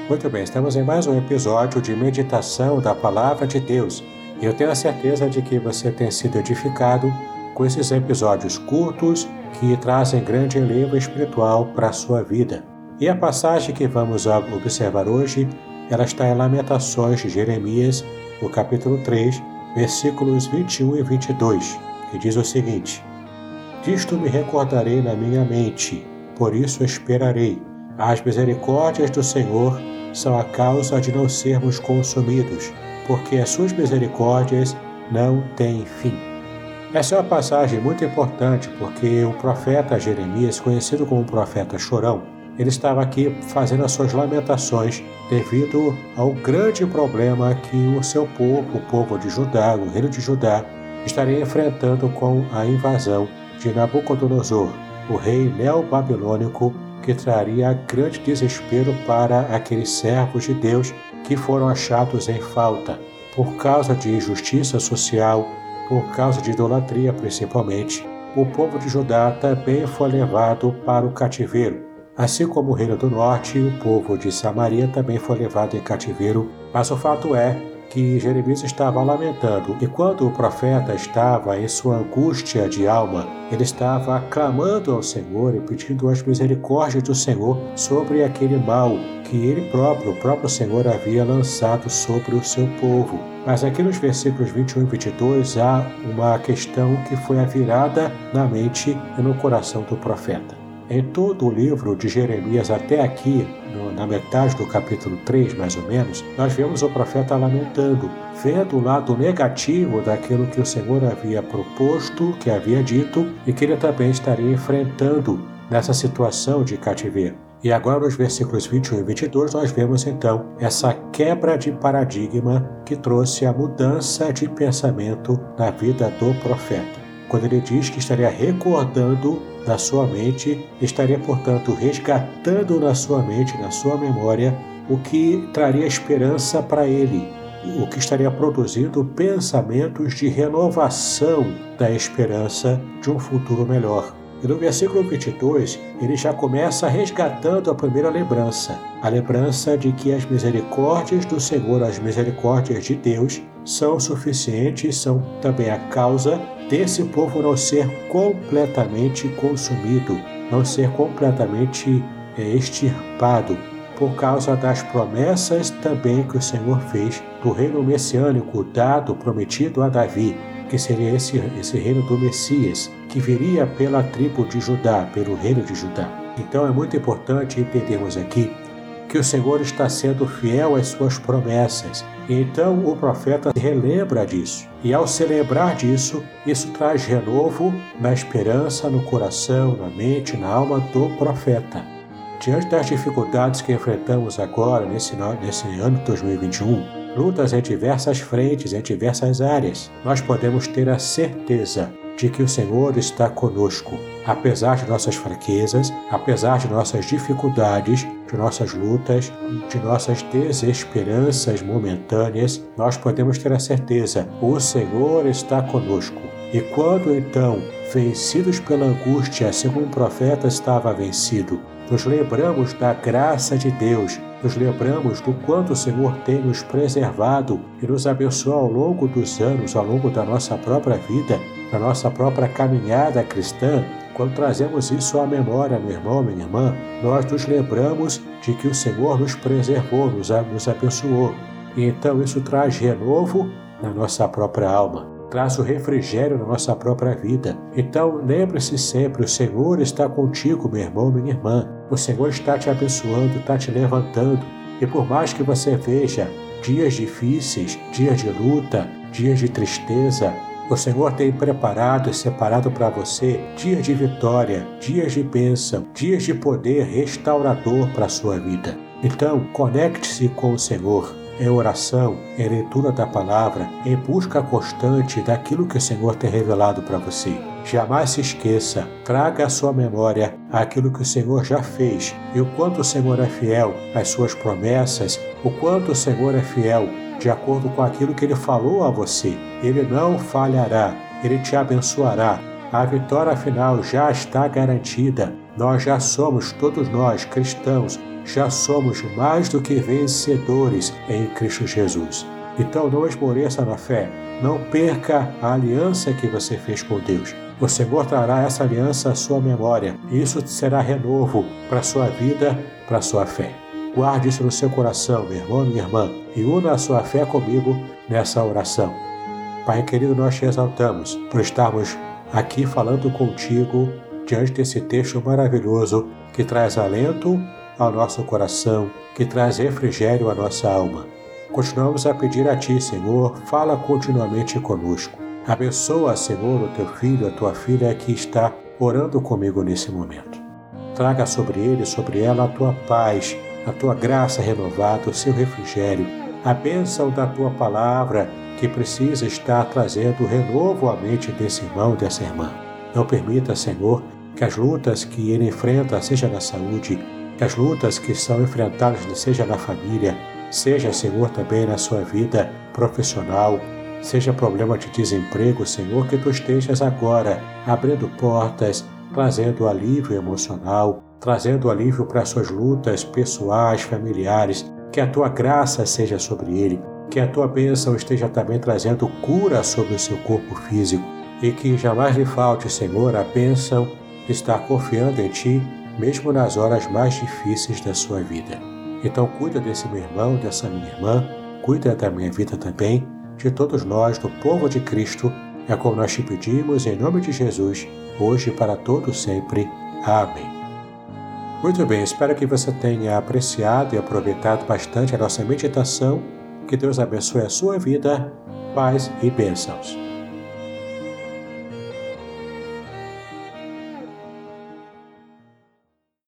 Muito bem, estamos em mais um episódio de meditação da Palavra de Deus. E eu tenho a certeza de que você tem sido edificado com esses episódios curtos que trazem grande enlevo espiritual para a sua vida. E a passagem que vamos observar hoje, ela está em Lamentações de Jeremias, no capítulo 3, versículos 21 e 22, que diz o seguinte: Disto me recordarei na minha mente, por isso esperarei. As misericórdias do Senhor são a causa de não sermos consumidos, porque as suas misericórdias não têm fim. Essa é uma passagem muito importante, porque o profeta Jeremias, conhecido como profeta chorão, ele estava aqui fazendo as suas lamentações devido ao grande problema que o seu povo, o povo de Judá, o reino de Judá, estaria enfrentando com a invasão de Nabucodonosor, o rei neobabilônico, que traria grande desespero para aqueles servos de Deus que foram achados em falta, por causa de injustiça social, por causa de idolatria principalmente. O povo de Judá também foi levado para o cativeiro. Assim como o reino do norte, o povo de Samaria também foi levado em cativeiro, mas o fato é que Jeremias estava lamentando, e quando o profeta estava em sua angústia de alma, ele estava clamando ao Senhor e pedindo as misericórdias do Senhor sobre aquele mal que ele próprio, o próprio Senhor, havia lançado sobre o seu povo. Mas aqui nos versículos 21 e 22 há uma questão que foi a virada na mente e no coração do profeta. Em todo o livro de Jeremias até aqui, na metade do capítulo 3, mais ou menos, nós vemos o profeta lamentando, vendo o lado negativo daquilo que o Senhor havia proposto, que havia dito, e que ele também estaria enfrentando nessa situação de cativeiro. E agora, nos versículos 21 e 22, nós vemos então essa quebra de paradigma que trouxe a mudança de pensamento na vida do profeta. Quando ele diz que estaria recordando na sua mente, estaria, portanto, resgatando na sua mente, na sua memória, o que traria esperança para ele, o que estaria produzindo pensamentos de renovação da esperança de um futuro melhor. E no versículo 22, ele já começa resgatando a primeira lembrança, a lembrança de que as misericórdias do Senhor, as misericórdias de Deus, são suficientes, são também a causa desse povo não ser completamente consumido, não ser completamente extirpado, por causa das promessas também que o Senhor fez do reino messiânico dado, prometido a Davi, que seria esse reino do Messias, que viria pela tribo de Judá, pelo reino de Judá. Então é muito importante entendermos aqui que o Senhor está sendo fiel às suas promessas. E então o profeta relembra disso. E ao se lembrar disso, isso traz renovo na esperança, no coração, na mente, na alma do profeta. Diante das dificuldades que enfrentamos agora, nesse ano de 2021, lutas em diversas frentes, em diversas áreas, nós podemos ter a certeza de que o Senhor está conosco. Apesar de nossas fraquezas, apesar de nossas dificuldades, de nossas lutas, de nossas desesperanças momentâneas, nós podemos ter a certeza, o Senhor está conosco. E quando então, vencidos pela angústia, assim como o profeta estava vencido, nos lembramos da graça de Deus, nos lembramos do quanto o Senhor tem nos preservado e nos abençoado ao longo dos anos, ao longo da nossa própria vida, da nossa própria caminhada cristã. Quando trazemos isso à memória, meu irmão, minha irmã, nós nos lembramos de que o Senhor nos preservou, nos abençoou. E então isso traz renovo na nossa própria alma, traz o refrigério na nossa própria vida. Então lembre-se sempre, o Senhor está contigo, meu irmão, minha irmã. O Senhor está te abençoando, está te levantando. E por mais que você veja dias difíceis, dias de luta, dias de tristeza, o Senhor tem preparado e separado para você dias de vitória, dias de bênção, dias de poder restaurador para a sua vida. Então, conecte-se com o Senhor em oração, em leitura da palavra, em busca constante daquilo que o Senhor tem revelado para você. Jamais se esqueça, traga à sua memória aquilo que o Senhor já fez e o quanto o Senhor é fiel às suas promessas, o quanto o Senhor é fiel de acordo com aquilo que Ele falou a você. Ele não falhará, Ele te abençoará. A vitória final já está garantida. Nós já somos, todos nós, cristãos, já somos mais do que vencedores em Cristo Jesus. Então não esmoreça na fé, não perca a aliança que você fez com Deus. O Senhor trará essa aliança à sua memória, e isso será renovo para a sua vida, para a sua fé. Guarde isso no seu coração, meu irmão e minha irmã, e una a sua fé comigo nessa oração. Pai querido, nós te exaltamos por estarmos aqui falando contigo diante desse texto maravilhoso que traz alento ao nosso coração, que traz refrigério à nossa alma. Continuamos a pedir a Ti, Senhor, fala continuamente conosco. Abençoa, Senhor, o Teu filho, a Tua filha que está orando comigo nesse momento. Traga sobre ele, sobre ela a Tua paz, a Tua graça renovada, o seu refrigério, a bênção da Tua palavra que precisa estar trazendo renovo à mente desse irmão e dessa irmã. Não permita, Senhor, que as lutas que ele enfrenta, seja na saúde, que as lutas que são enfrentadas, seja na família, seja, Senhor, também na sua vida profissional, seja problema de desemprego, Senhor, que Tu estejas agora abrindo portas, trazendo alívio emocional, trazendo alívio para as suas lutas pessoais, familiares, que a Tua graça seja sobre ele, que a Tua bênção esteja também trazendo cura sobre o seu corpo físico e que jamais lhe falte, Senhor, a bênção de estar confiando em Ti, mesmo nas horas mais difíceis da sua vida. Então cuida desse meu irmão, dessa minha irmã, cuida da minha vida também, de todos nós, do povo de Cristo, é como nós te pedimos em nome de Jesus, hoje e para todos sempre. Amém. Muito bem, espero que você tenha apreciado e aproveitado bastante a nossa meditação. Que Deus abençoe a sua vida, paz e bênçãos.